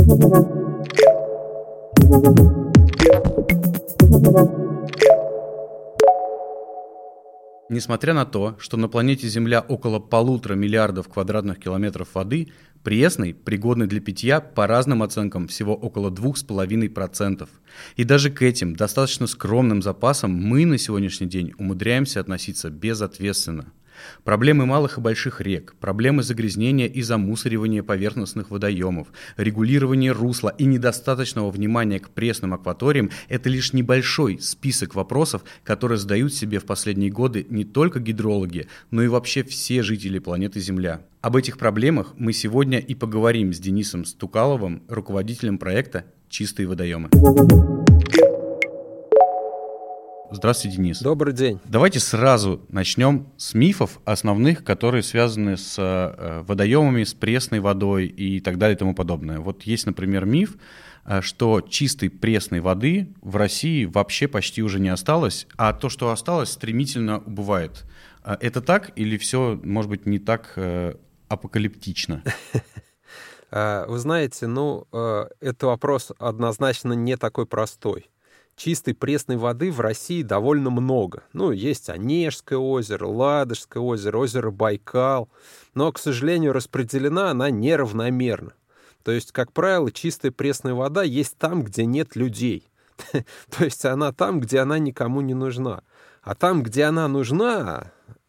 Несмотря на то, что на планете Земля около 1,5 миллиарда квадратных километров воды, пресной, пригодной для питья, по разным оценкам, всего около 2,5%. И даже к этим достаточно скромным запасам мы на сегодняшний день умудряемся относиться безответственно. Проблемы малых и больших рек, проблемы загрязнения и замусоривания поверхностных водоемов, регулирование русла и недостаточного внимания к пресным акваториям – это лишь небольшой список вопросов, которые задают себе в последние годы не только гидрологи, но и вообще все жители планеты Земля. Об этих проблемах мы сегодня и поговорим с Денисом Стукаловым, руководителем проекта «Чистые водоемы». Здравствуйте, Денис. Добрый день. Давайте сразу начнем с мифов основных, которые связаны с водоемами, с пресной водой и так далее и тому подобное. Вот есть, например, миф, что чистой пресной воды в России вообще почти уже не осталось, а то, что осталось, стремительно убывает. Это так или все, может быть, не так апокалиптично? Вы знаете, этот вопрос однозначно не такой простой. Чистой пресной воды в России довольно много. Есть Онежское озеро, Ладожское озеро, озеро Байкал. Но, к сожалению, распределена она неравномерно. То есть, как правило, чистая пресная вода есть там, где нет людей. То есть она там, где она никому не нужна. А там, где она нужна,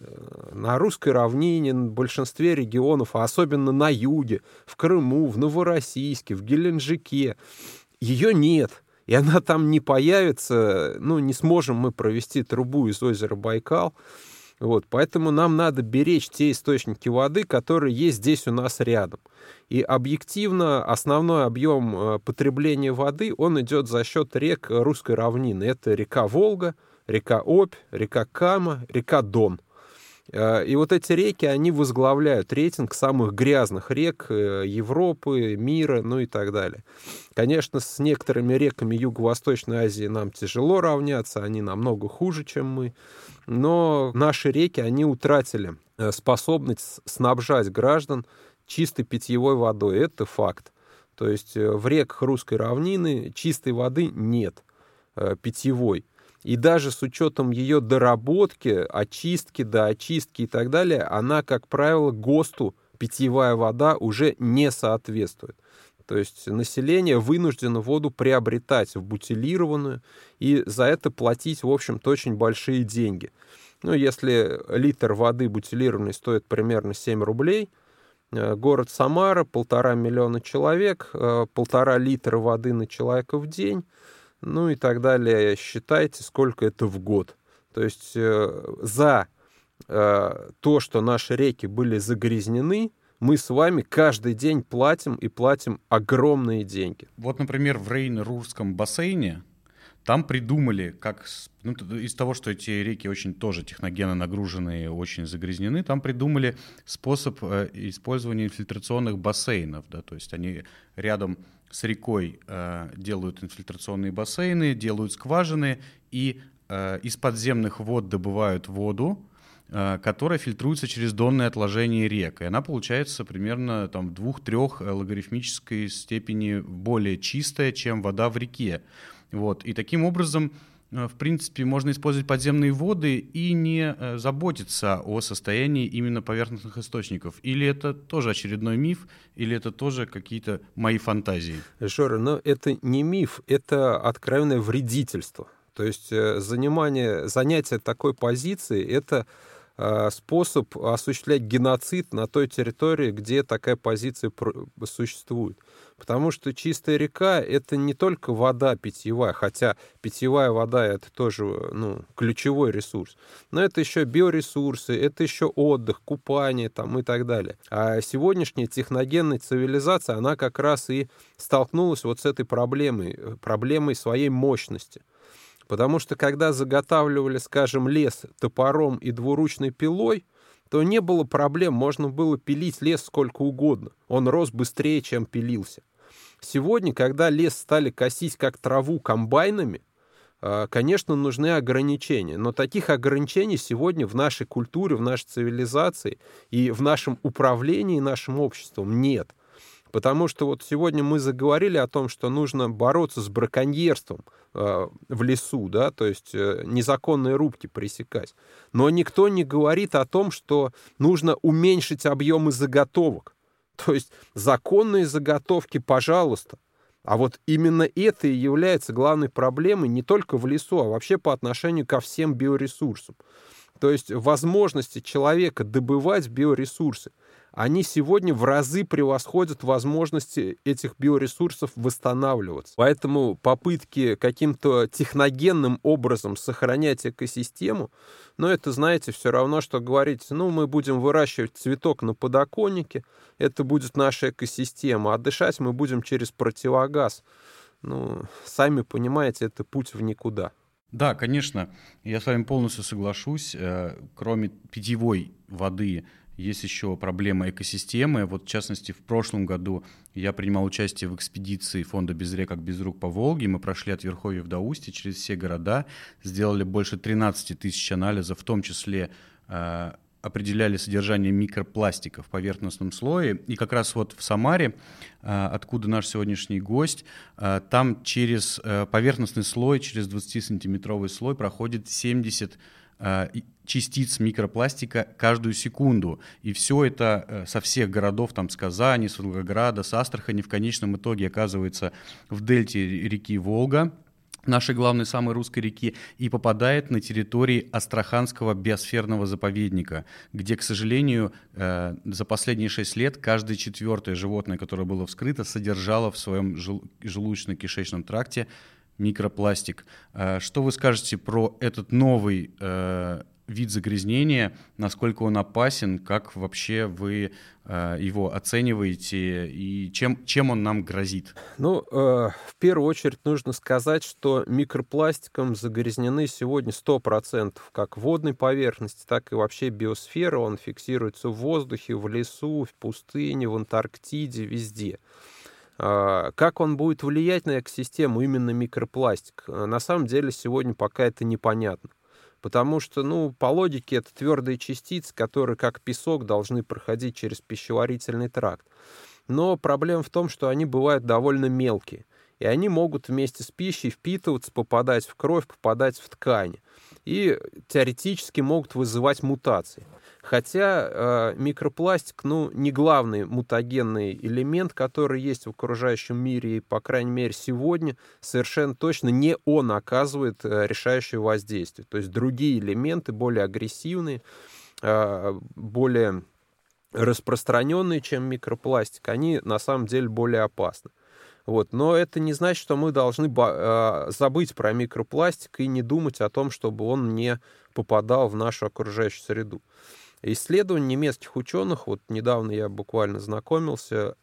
на русской равнине, в большинстве регионов, а особенно на юге, в Крыму, в Новороссийске, в Геленджике, ее нет. И она там не появится, не сможем мы провести трубу из озера Байкал. Поэтому нам надо беречь те источники воды, которые есть здесь у нас рядом. И объективно основной объем потребления воды, он идет за счет рек русской равнины. Это река Волга, река Обь, река Кама, река Дон. И эти реки, они возглавляют рейтинг самых грязных рек Европы, мира, и так далее. Конечно, с некоторыми реками Юго-Восточной Азии нам тяжело равняться, они намного хуже, чем мы. Но наши реки, они утратили способность снабжать граждан чистой питьевой водой. Это факт. То есть в реках русской равнины чистой воды нет, питьевой. И даже с учетом ее доработки, очистки, доочистки и так далее, она, как правило, ГОСТу питьевая вода уже не соответствует. То есть население вынуждено воду приобретать в бутилированную и за это платить, в общем-то, очень большие деньги. Если литр воды бутилированной стоит примерно 7 рублей, город Самара, 1,5 миллиона человек, 1,5 литра воды на человека в день, и так далее. Считайте, сколько это в год. То есть за то, что наши реки были загрязнены, мы с вами каждый день платим и платим огромные деньги. Например, в Рейн-Рурском бассейне там придумали, из того, что эти реки очень тоже техногенно нагруженные, очень загрязнены, там придумали способ использования инфильтрационных бассейнов. Да, то есть они рядом с рекой делают инфильтрационные бассейны, делают скважины и из подземных вод добывают воду, которая фильтруется через донные отложения рек. И она получается примерно в 2-3 логарифмической степени более чистая, чем вода в реке. И таким образом, в принципе, можно использовать подземные воды и не заботиться о состоянии именно поверхностных источников. Или это тоже очередной миф, или это тоже какие-то мои фантазии? Жора, это не миф, это откровенное вредительство. То есть занятие такой позиции — это способ осуществлять геноцид на той территории, где такая позиция существует. Потому что чистая река — это не только вода питьевая, хотя питьевая вода — это тоже ключевой ресурс, но это еще биоресурсы, это еще отдых, купание и так далее. А сегодняшняя техногенная цивилизация, она как раз и столкнулась с этой проблемой своей мощности. Потому что когда заготавливали, скажем, лес топором и двуручной пилой, то не было проблем, можно было пилить лес сколько угодно. Он рос быстрее, чем пилился. Сегодня, когда лес стали косить как траву комбайнами, конечно, нужны ограничения. Но таких ограничений сегодня в нашей культуре, в нашей цивилизации и в нашем управлении нашим обществом нет. Потому что вот сегодня мы заговорили о том, что нужно бороться с браконьерством в лесу, да, то есть незаконные рубки пресекать. Но никто не говорит о том, что нужно уменьшить объемы заготовок. То есть законные заготовки, пожалуйста. А вот именно это и является главной проблемой не только в лесу, а вообще по отношению ко всем биоресурсам. То есть возможности человека добывать биоресурсы, они сегодня в разы превосходят возможности этих биоресурсов восстанавливаться. Поэтому попытки каким-то техногенным образом сохранять экосистему, но это, знаете, все равно, что говорить, мы будем выращивать цветок на подоконнике, это будет наша экосистема, а дышать мы будем через противогаз. Сами понимаете, это путь в никуда. Да, конечно, я с вами полностью соглашусь. Кроме питьевой воды есть еще проблема экосистемы. Вот, в частности, в прошлом году я принимал участие в экспедиции фонда «Без рек, как без рук» по Волге. Мы прошли от Верховья до Устья через все города, сделали больше 13 тысяч анализов, в том числе определяли содержание микропластика в поверхностном слое. И как раз вот в Самаре, откуда наш сегодняшний гость, там через поверхностный слой, через 20-сантиметровый слой проходит 70 частиц микропластика каждую секунду. И все это со всех городов, там, с Казани, с Волгограда, с Астрахани, в конечном итоге оказывается в дельте реки Волга, нашей главной самой русской реки, и попадает на территории Астраханского биосферного заповедника, где, к сожалению, за последние 6 лет каждое 4-е животное, которое было вскрыто, содержало в своем желудочно-кишечном тракте микропластик. Что вы скажете про этот новый вид загрязнения, насколько он опасен, как вообще вы его оцениваете и чем он нам грозит? В первую очередь нужно сказать, что микропластиком загрязнены сегодня 100% как водной поверхности, так и вообще биосфера. Он фиксируется в воздухе, в лесу, в пустыне, в Антарктиде, везде. Как он будет влиять на экосистему, именно микропластик? На самом деле сегодня пока это непонятно. Потому что, по логике, это твердые частицы, которые, как песок, должны проходить через пищеварительный тракт. Но проблема в том, что они бывают довольно мелкие. И они могут вместе с пищей впитываться, попадать в кровь, попадать в ткани. И теоретически могут вызывать мутации. Хотя микропластик, не главный мутагенный элемент, который есть в окружающем мире, и, по крайней мере, сегодня совершенно точно не он оказывает решающее воздействие. То есть другие элементы, более агрессивные, более распространенные, чем микропластик, они на самом деле более опасны. Но это не значит, что мы должны забыть про микропластик и не думать о том, чтобы он не попадал в нашу окружающую среду. Исследования немецких ученых, недавно я буквально знакомился,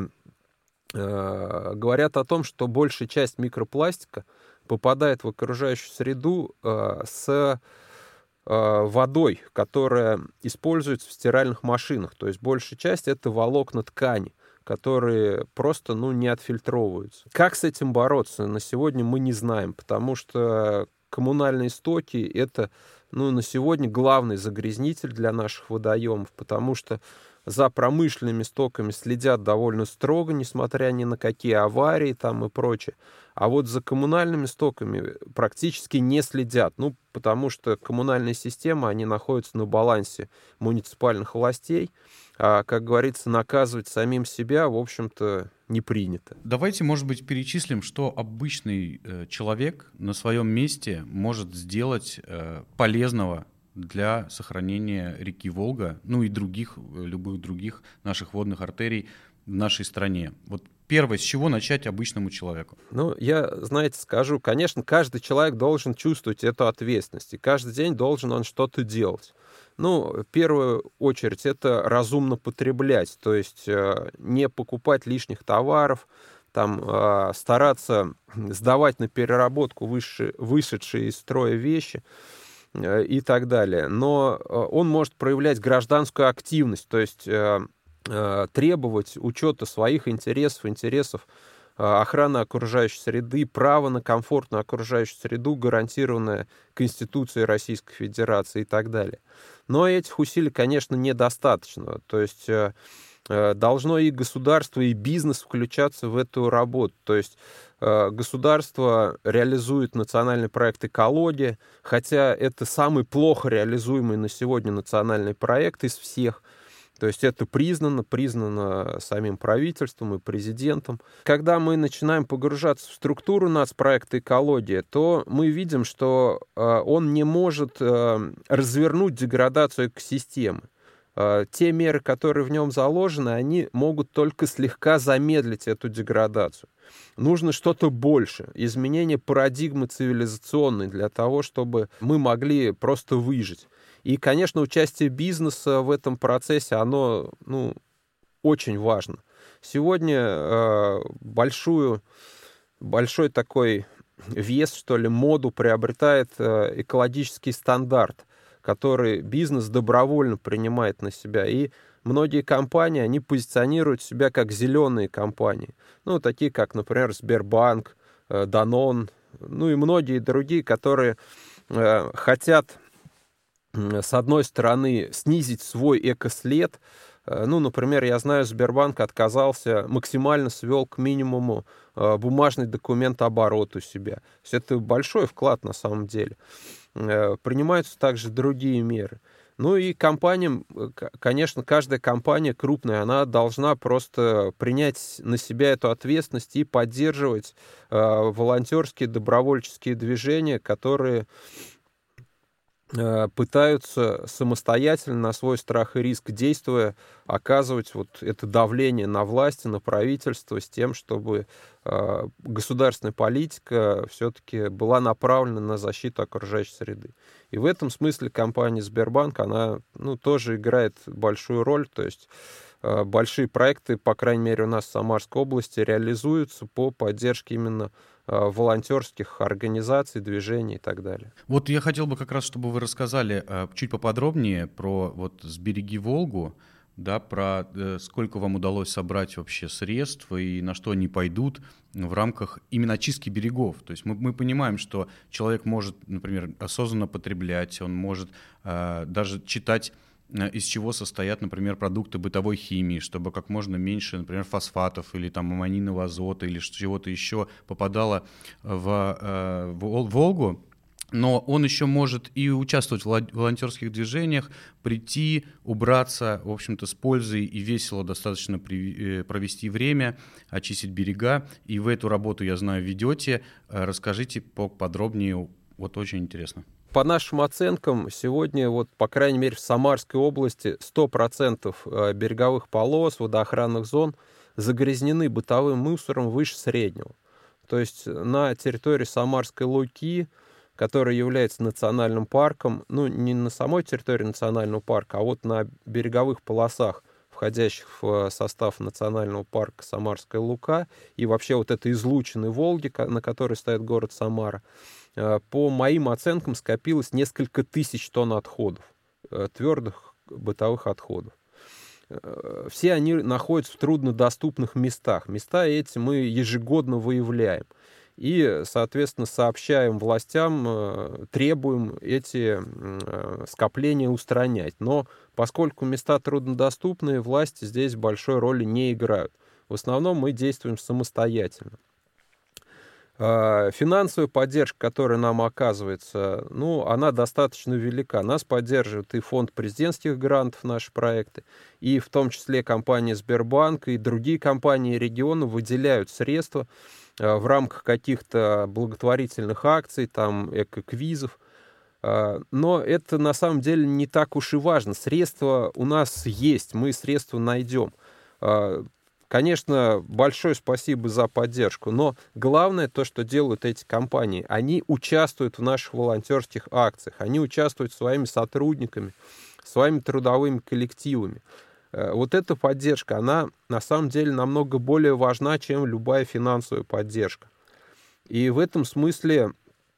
говорят о том, что большая часть микропластика попадает в окружающую среду с водой, которая используется в стиральных машинах. То есть большая часть — это волокна ткани, которые просто не отфильтровываются. Как с этим бороться, на сегодня мы не знаем, потому что коммунальные стоки — это на сегодня главный загрязнитель для наших водоемов, потому что за промышленными стоками следят довольно строго, несмотря ни на какие аварии там и прочее. А вот за коммунальными стоками практически не следят, потому что коммунальные системы, они находятся на балансе муниципальных властей, а, как говорится, наказывать самим себя, в общем-то, не принято. Давайте, может быть, перечислим, что обычный человек на своем месте может сделать полезного для сохранения реки Волга, и любых других наших водных артерий в нашей стране. Первое, с чего начать обычному человеку? Я, скажу, конечно, каждый человек должен чувствовать эту ответственность, и каждый день должен он что-то делать. В первую очередь, это разумно потреблять, то есть не покупать лишних товаров, стараться сдавать на переработку вышедшие из строя вещи и так далее. Но он может проявлять гражданскую активность, то есть требовать учета своих интересов охраны окружающей среды, право на комфортную окружающую среду, гарантированное Конституцией Российской Федерации и так далее. Но этих усилий, конечно, недостаточно. То есть должно и государство, и бизнес включаться в эту работу. То есть государство реализует национальный проект «Экология», хотя это самый плохо реализуемый на сегодня национальный проект из всех. То есть это признано самим правительством и президентом. Когда мы начинаем погружаться в структуру нацпроекта «Экология», то мы видим, что он не может развернуть деградацию экосистемы. Те меры, которые в нем заложены, они могут только слегка замедлить эту деградацию. Нужно что-то больше, изменение парадигмы цивилизационной для того, чтобы мы могли просто выжить. И, конечно, участие бизнеса в этом процессе, оно очень важно. Сегодня большой такой вес, что ли, моду приобретает экологический стандарт, который бизнес добровольно принимает на себя. И многие компании, они позиционируют себя как зеленые компании. Такие как, например, Сбербанк, Данон, и многие другие, которые хотят, с одной стороны, снизить свой экослед. Например, я знаю, Сбербанк максимально свел к минимуму бумажный документооборот у себя. То есть это большой вклад на самом деле. Принимаются также другие меры. И компаниям, конечно, каждая компания крупная, она должна просто принять на себя эту ответственность и поддерживать волонтерские, добровольческие движения, которые пытаются самостоятельно, на свой страх и риск действуя, оказывать это давление на власти, на правительство с тем, чтобы государственная политика все-таки была направлена на защиту окружающей среды. И в этом смысле компания Сбербанк, она тоже играет большую роль, то есть большие проекты, по крайней мере, у нас в Самарской области реализуются по поддержке именно волонтерских организаций, движений и так далее. Вот я хотел бы как раз, чтобы вы рассказали чуть поподробнее про «Сбереги Волгу», да, про сколько вам удалось собрать вообще средств и на что они пойдут в рамках именно очистки берегов. То есть мы понимаем, что человек может, например, осознанно потреблять, он может даже читать, из чего состоят, например, продукты бытовой химии, чтобы как можно меньше, например, фосфатов или аммонийного азота или чего-то еще попадало в Волгу. Но он еще может и участвовать в волонтерских движениях, прийти, убраться, в общем-то, с пользой и весело достаточно провести время, очистить берега. И вы эту работу, я знаю, ведете. Расскажите поподробнее, очень интересно. По нашим оценкам, сегодня, по крайней мере, в Самарской области 100% береговых полос, водоохранных зон загрязнены бытовым мусором выше среднего. То есть на территории Самарской Луки, которая является национальным парком, не на самой территории национального парка, а на береговых полосах, входящих в состав национального парка Самарская Лука, и вообще этой излученной Волги, на которой стоит город Самара, по моим оценкам, скопилось несколько тысяч тонн отходов, твердых бытовых отходов. Все они находятся в труднодоступных местах. Места эти мы ежегодно выявляем. И, соответственно, сообщаем властям, требуем эти скопления устранять. Но поскольку места труднодоступные, власти здесь большой роли не играют. В основном мы действуем самостоятельно. Финансовая поддержка, которая нам оказывается, она достаточно велика. Нас поддерживает и фонд президентских грантов, наши проекты, и в том числе компания Сбербанк, и другие компании региона выделяют средства в рамках каких-то благотворительных акций, эко-квизов. Но это на самом деле не так уж и важно. Средства у нас есть, мы средства найдем. Конечно, большое спасибо за поддержку, но главное то, что делают эти компании. Они участвуют в наших волонтерских акциях, они участвуют своими сотрудниками, своими трудовыми коллективами. Эта поддержка, она на самом деле намного более важна, чем любая финансовая поддержка. И в этом смысле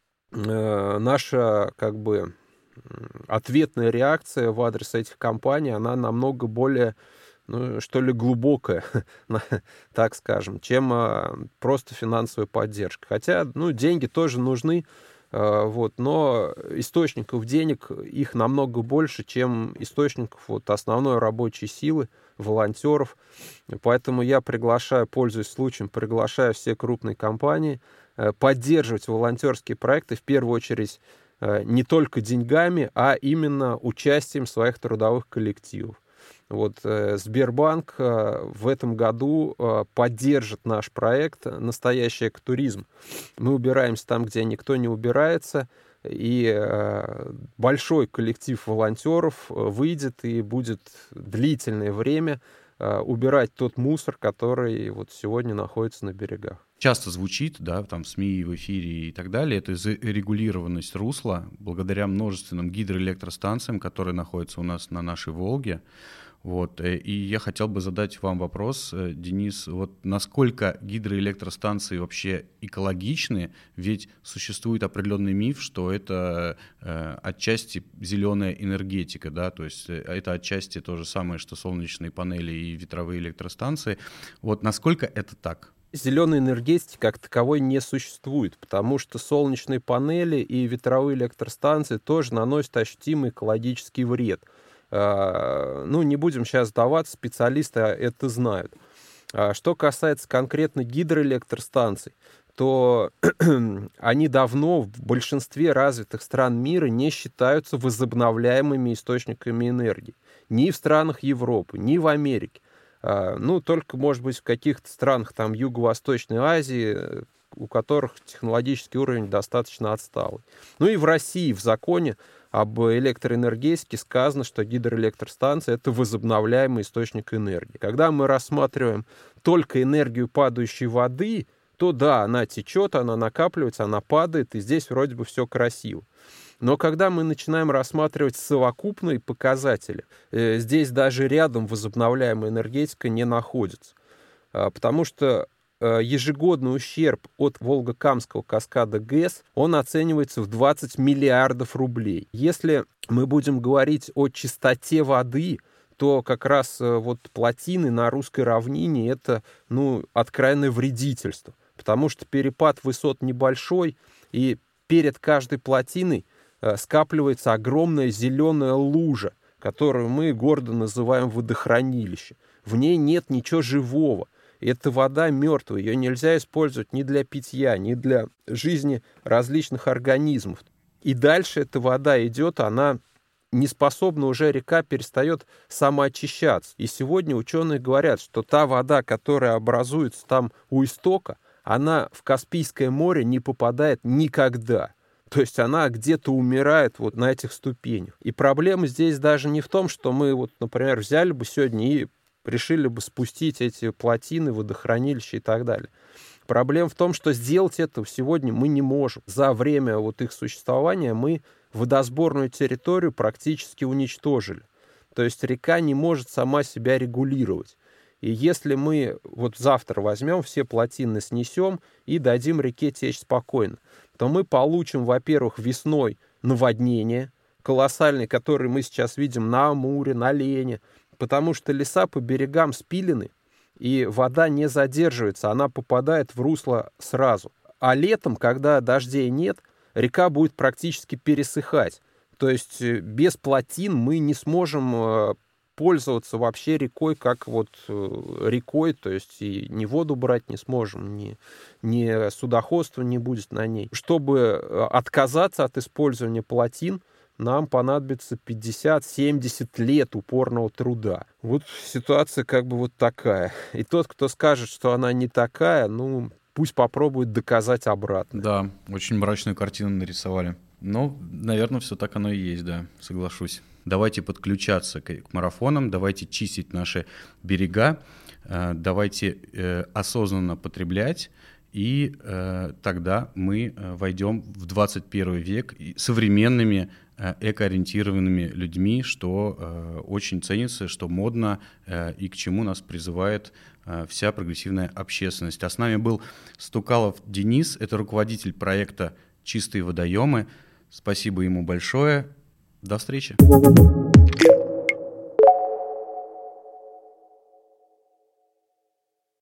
наша ответная реакция в адрес этих компаний, она намного более глубокая, так скажем, чем просто финансовая поддержка. Хотя, деньги тоже нужны, Но источников денег их намного больше, чем источников основной рабочей силы, волонтеров. Поэтому я пользуясь случаем, приглашаю все крупные компании поддерживать волонтерские проекты, в первую очередь, не только деньгами, а именно участием своих трудовых коллективов. Сбербанк в этом году поддержит наш проект «Настоящий экотуризм». Мы убираемся там, где никто не убирается, и большой коллектив волонтеров выйдет и будет длительное время убирать тот мусор, который сегодня находится на берегах. Часто звучит, да, там в СМИ, в эфире и так далее, это зарегулированность русла благодаря множественным гидроэлектростанциям, которые находятся у нас на нашей Волге. И я хотел бы задать вам вопрос, Денис, насколько гидроэлектростанции вообще экологичны, ведь существует определенный миф, что это отчасти зеленая энергетика, да, то есть это отчасти то же самое, что солнечные панели и ветровые электростанции. Насколько это так? Зеленой энергетики как таковой не существует, потому что солнечные панели и ветровые электростанции тоже наносят ощутимый экологический вред. Не будем сейчас сдаваться, специалисты это знают. Что касается конкретно гидроэлектростанций, то они давно в большинстве развитых стран мира не считаются возобновляемыми источниками энергии. Ни в странах Европы, ни в Америке. Только, может быть, в каких-то странах там Юго-Восточной Азии, у которых технологический уровень достаточно отсталый. И в России в законе об электроэнергетике сказано, что гидроэлектростанция — это возобновляемый источник энергии. Когда мы рассматриваем только энергию падающей воды, то да, она течет, она накапливается, она падает, и здесь вроде бы все красиво. Но когда мы начинаем рассматривать совокупные показатели, здесь даже рядом возобновляемая энергетика не находится. Потому что ежегодный ущерб от Волго-Камского каскада ГЭС, он оценивается в 20 миллиардов рублей. Если мы будем говорить о чистоте воды, то как раз плотины на русской равнине — это откровенное вредительство. Потому что перепад высот небольшой, и перед каждой плотиной скапливается огромная зеленая лужа, которую мы гордо называем водохранилище. В ней нет ничего живого. Эта вода мертвая, ее нельзя использовать ни для питья, ни для жизни различных организмов. И дальше эта вода идет, она не способна, уже река перестает самоочищаться. И сегодня ученые говорят, что та вода, которая образуется там у истока, она в Каспийское море не попадает никогда. То есть она где-то умирает на этих ступенях. И проблема здесь даже не в том, что мы, например, взяли бы сегодня и решили бы спустить эти плотины, водохранилища и так далее. Проблема в том, что сделать это сегодня мы не можем. За время их существования мы водосборную территорию практически уничтожили. То есть река не может сама себя регулировать. И если мы завтра возьмем, все плотины снесем и дадим реке течь спокойно, то мы получим, во-первых, весной наводнение колоссальное, которое мы сейчас видим на Амуре, на Лене, потому что леса по берегам спилены, и вода не задерживается, она попадает в русло сразу. А летом, когда дождей нет, река будет практически пересыхать. То есть без плотин мы не сможем пользоваться вообще рекой как рекой, то есть и ни воду брать не сможем, ни судоходства не будет на ней. Чтобы отказаться от использования плотин, нам понадобится 50-70 лет упорного труда. Ситуация такая. И тот, кто скажет, что она не такая, пусть попробует доказать обратно. Да, очень мрачную картину нарисовали. Наверное, все так оно и есть, да, соглашусь. Давайте подключаться к марафонам, давайте чистить наши берега, давайте осознанно потреблять, и тогда мы войдем в 21 век современными экоориентированными людьми, что очень ценится, что модно и к чему нас призывает вся прогрессивная общественность. А с нами был Стукалов Денис, это руководитель проекта «Чистые водоемы». Спасибо ему большое. До встречи.